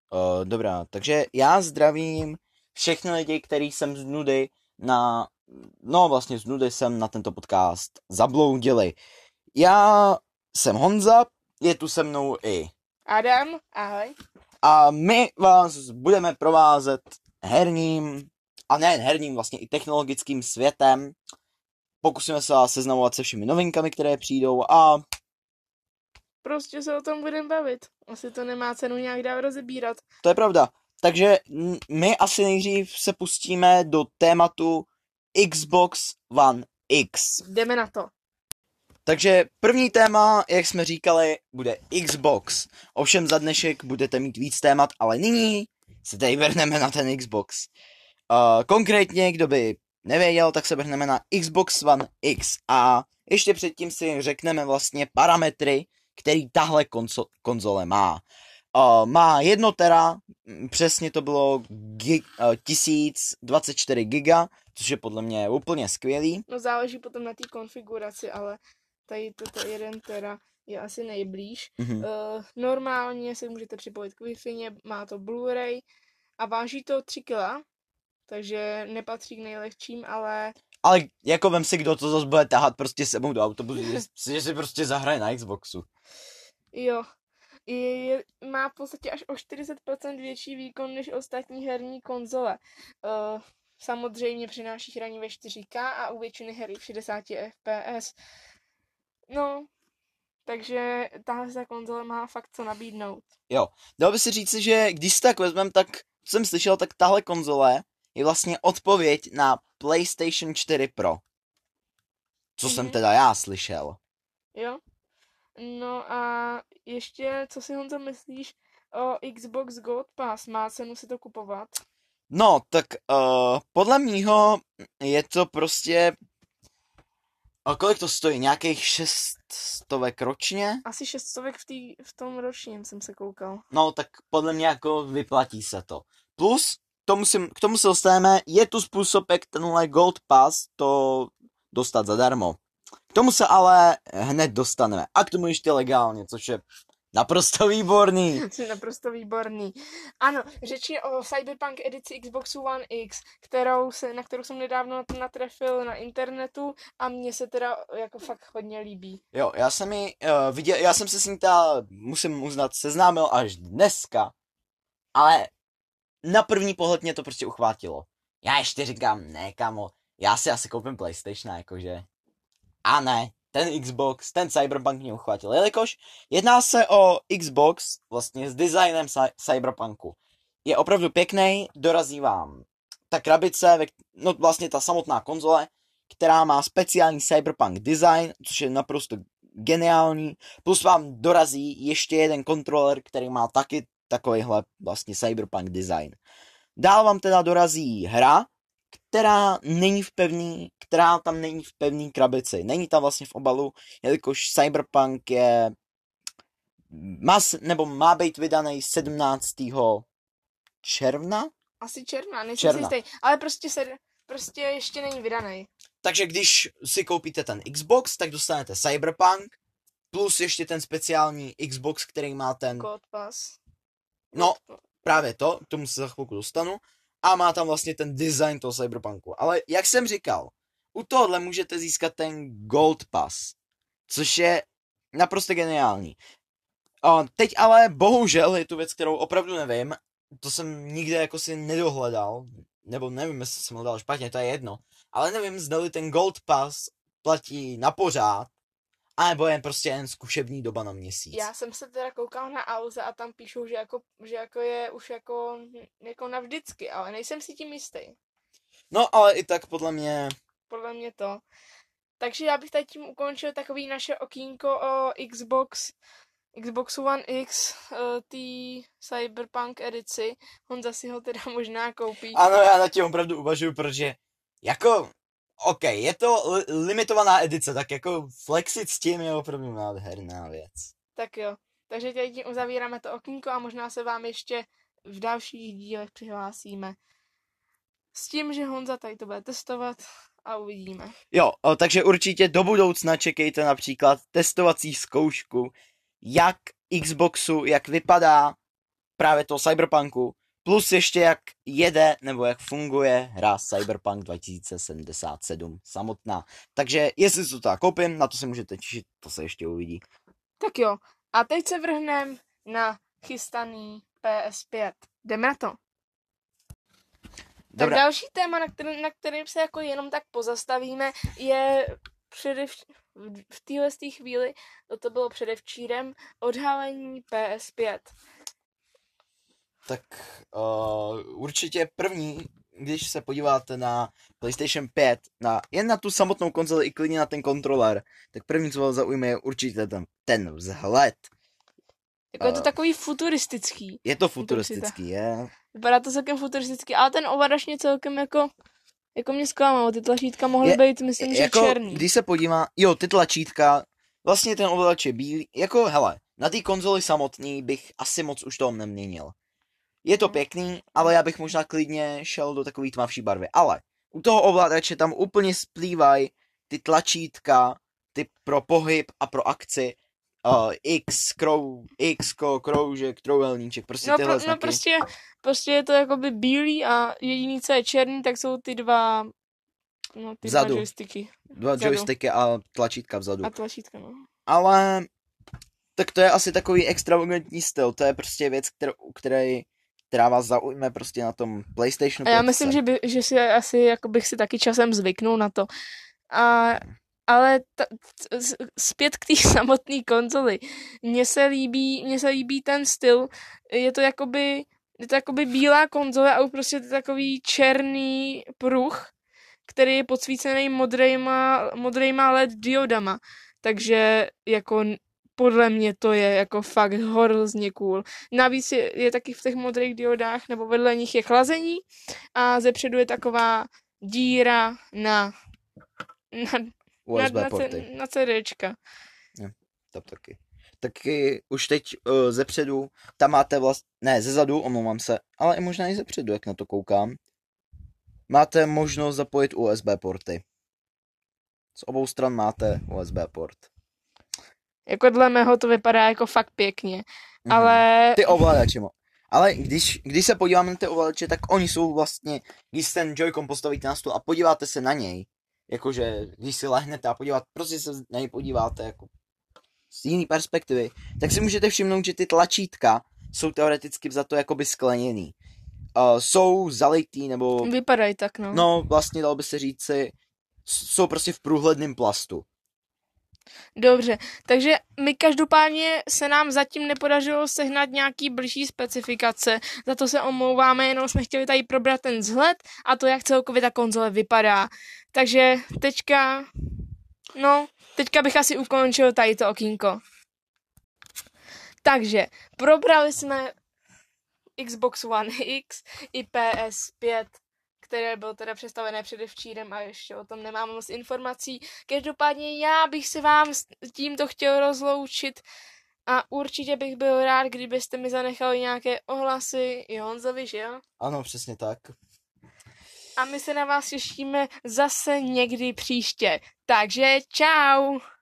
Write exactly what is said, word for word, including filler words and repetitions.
Uh, dobrá, takže já zdravím všechny lidi, kteří jsem z nudy na, no vlastně z nudy jsem na tento podcast zabloudili. Já jsem Honza, je tu se mnou i Adam, ahoj. A my vás budeme provázet herním, a ne herním, vlastně i technologickým světem. Pokusíme se vás seznamovat se všemi novinkami, které přijdou a... Prostě se o tom budeme bavit. Asi to nemá cenu nějak dál rozebírat. To je pravda. Takže my asi nejdřív se pustíme do tématu Xbox One X. Jdeme na to. Takže první téma, jak jsme říkali, bude Xbox. Ovšem za dnešek budete mít víc témat, ale nyní se tady vrhneme na ten Xbox. Uh, konkrétně, kdo by nevěděl, tak se vrhneme na Xbox One X. A ještě předtím si řekneme vlastně parametry, který tahle konzo- konzole má. Uh, má jedno tera, přesně to bylo gig, uh, tisíc dvacet čtyři giga, což je podle mě úplně skvělý. No záleží potom na té konfiguraci, ale tady toto jeden tera je asi nejblíž. Mm-hmm. Uh, normálně se můžete připojit k Wi-Fi, má to Blu-ray a váží to tři kila, takže nepatří k nejlehčím, ale... Ale jako vem si, kdo to zase bude tahat prostě sebou do autobusu, že si prostě zahraje na Xboxu. Jo. Je, má v podstatě až o čtyřicet procent větší výkon než ostatní herní konzole. Uh, samozřejmě přináší hraní ve čtyři ká a u většiny her v šedesát ef pé es. No, takže tahle konzole má fakt co nabídnout. Jo, dalo by si říct, že když si tak vezmem, tak co jsem slyšel, tak tahle konzole je vlastně odpověď na PlayStation čtyři Pro. Co mm-hmm. jsem teda já slyšel. Jo. No a ještě, co si Honzo myslíš o Xbox Gold Pass? Má cenu si to kupovat? No, tak uh, podle mýho je to prostě... A kolik to stojí? Nějakých šest stovek ročně? Asi šest stovek v, tý, v tom ročním jsem se koukal. No, tak podle mě jako vyplatí se to. Plus, to musím, k tomu se dostaneme, je tu způsob, jak tenhle Gold Pass to dostat zadarmo. K tomu se ale hned dostaneme. A k tomu ještě legálně, což je naprosto výborný. Jsi naprosto výborný. Ano, řeč je o Cyberpunk edici Xboxu One X, kterou se, na kterou jsem nedávno natrefil na internetu a mně se teda jako fakt hodně líbí. Jo, já jsem ji uh, viděl, já jsem se s ní ta, musím uznat, seznámil až dneska, ale na první pohled mě to prostě uchvátilo. Já ještě říkám, ne kamo, já si asi koupím PlayStation, jakože. A ne, ten Xbox, ten Cyberpunk mě uchvátil, jelikož jedná se o Xbox vlastně s designem Cyberpunku. Je opravdu pěkný, dorazí vám ta krabice, no vlastně ta samotná konzole, která má speciální Cyberpunk design, což je naprosto geniální, plus vám dorazí ještě jeden kontroler, který má taky takovýhle vlastně Cyberpunk design. Dál vám teda dorazí hra, která není v pevný, která tam není v pevný krabici. Není tam vlastně v obalu, jelikož Cyberpunk je má, nebo má být vydaný sedmnáctého června? Asi června, nejsem června. si jistý, ale prostě, se, prostě ještě není vydaný. Takže když si koupíte ten Xbox, tak dostanete Cyberpunk, plus ještě ten speciální Xbox, který má ten... Gold Pass. No, právě to, k tomu se za chvilku dostanu. A má tam vlastně ten design toho Cyberpunku. Ale jak jsem říkal, u tohohle můžete získat ten Gold Pass, což je naprosto geniální. A teď ale bohužel je tu věc, kterou opravdu nevím, to jsem nikde jako si nedohledal, nebo nevím, jestli jsem hledal špatně, to je jedno, ale nevím, zdali ten Gold Pass platí na pořád, anebo jen prostě jen zkušební doba na měsíc. Já jsem se teda koukal na Alze a tam píšou, že jako, že jako je už jako, jako navždycky, ale nejsem si tím jistý. No, ale i tak podle mě... Podle mě to. Takže já bych tady tím ukončil takový naše okýnko o Xbox, Xbox One X, tý Cyberpunk edici. Honza si ho teda možná koupí. Ano, já na tím opravdu uvažuji, protože jako... OK, je to li- limitovaná edice, tak jako flexit s tím je opravdu nádherná věc. Tak jo, takže teď tím uzavíráme to okýnko a možná se vám ještě v dalších dílech přihlásíme. S tím, že Honza tady to bude testovat a uvidíme. Jo, o, takže určitě do budoucna čekejte například testovací zkoušku, jak Xboxu, jak vypadá právě toho Cyberpunku, plus ještě jak jede, nebo jak funguje hra Cyberpunk dva tisíce sedmdesát sedm samotná. Takže jestli to tak koupím, na to se můžete těšit, to se ještě uvidí. Tak jo, a teď se vrhneme na chystaný P S pět. Jdeme na to. Tak další téma, na, který, na kterým se jako jenom tak pozastavíme, je především v téhle chvíli, to bylo předevčírem, odhalení P S pět. Tak uh, určitě první, když se podíváte na PlayStation pět, na, jen na tu samotnou konzoli i klidně na ten kontroler, tak první, co vás zaujme, je určitě ten, ten vzhled. Jako je to takový futuristický. Je to futuristický, je. Vypadá to celkem futuristicky, ale ten ovladač mě celkem jako, jako mě zklamalo. Ty tlačítka mohly je, být, myslím, je, že jako, černý. Když se podívá, jo, ty tlačítka, vlastně ten ovladač je bílý, jako hele, na té konzoli samotný bych asi moc už toho neměnil. Je to pěkný, ale já bych možná klidně šel do takový tmavší barvy. Ale u toho ovladače tam úplně splývají ty tlačítka, ty pro pohyb a pro akci. Uh, X, krou, X, kroužek, trouhelníček, prostě no, tyhle pro, znaky. No prostě, prostě je to jakoby bílý a jediný, co je černý, tak jsou ty dva, no ty vzadu. dva joysticky. Dva vzadu. joysticky a tlačítka vzadu. A tlačítka, no. Ale tak to je asi takový extravagantní styl, to je prostě věc, kterou, který, která vás zaujme prostě na tom PlayStationu. A já myslím, že, by, že si asi jako bych si taky časem zvyknul na to. A ale t- t- zpět k té samotné konzoli. Mně se líbí, mně se líbí ten styl. Je to jakoby, je to jakoby bílá konzole a prostě takový černý pruh, který je podsvícený modrejma, modrejma L E D diodama. Takže jako podle mě to je jako fakt hrozně cool. Navíc je, je taky v těch modrých diodách, nebo vedle nich je chlazení a zepředu je taková díra na, na U S B na, porty. Na CDčka. Ne, to taky. Taky už teď uh, zepředu, tam máte vlastně, ne, zezadu, omlouvám se, ale i možná i zepředu, jak na to koukám. Máte možnost zapojit U S B porty. Z obou stran máte U S B port. Jako dle mého to vypadá jako fakt pěkně, mm-hmm. ale... Ty ovladače, ale když, když se podíváme na ty ovladače, tak oni jsou vlastně, když ten Joy-Con postavíte na stůl a podíváte se na něj, jakože když si lehnete a podívat, prostě se na něj podíváte jako z jiný perspektivy, tak si můžete všimnout, že ty tlačítka jsou teoreticky za to jakoby skleněný. Uh, jsou zalitý, nebo... Vypadají tak, no. No, vlastně dalo by se říci, jsou prostě v průhledném plastu. Dobře, takže my každopádně se nám zatím nepodařilo sehnat nějaký blížší specifikace, za to se omlouváme, jenom jsme chtěli tady probrat ten vzhled a to, jak celkově ta konzole vypadá. Takže teďka, no, teďka bych asi ukončil tady to okýnko. Takže, probrali jsme Xbox One X i P S pět, které bylo teda představené předevčírem a ještě o tom nemám moc informací. Každopádně já bych se vám s tímto chtěl rozloučit a určitě bych byl rád, kdybyste mi zanechali nějaké ohlasy i Honzovi, že jo? Ano, přesně tak. A my se na vás těšíme zase někdy příště. Takže čau!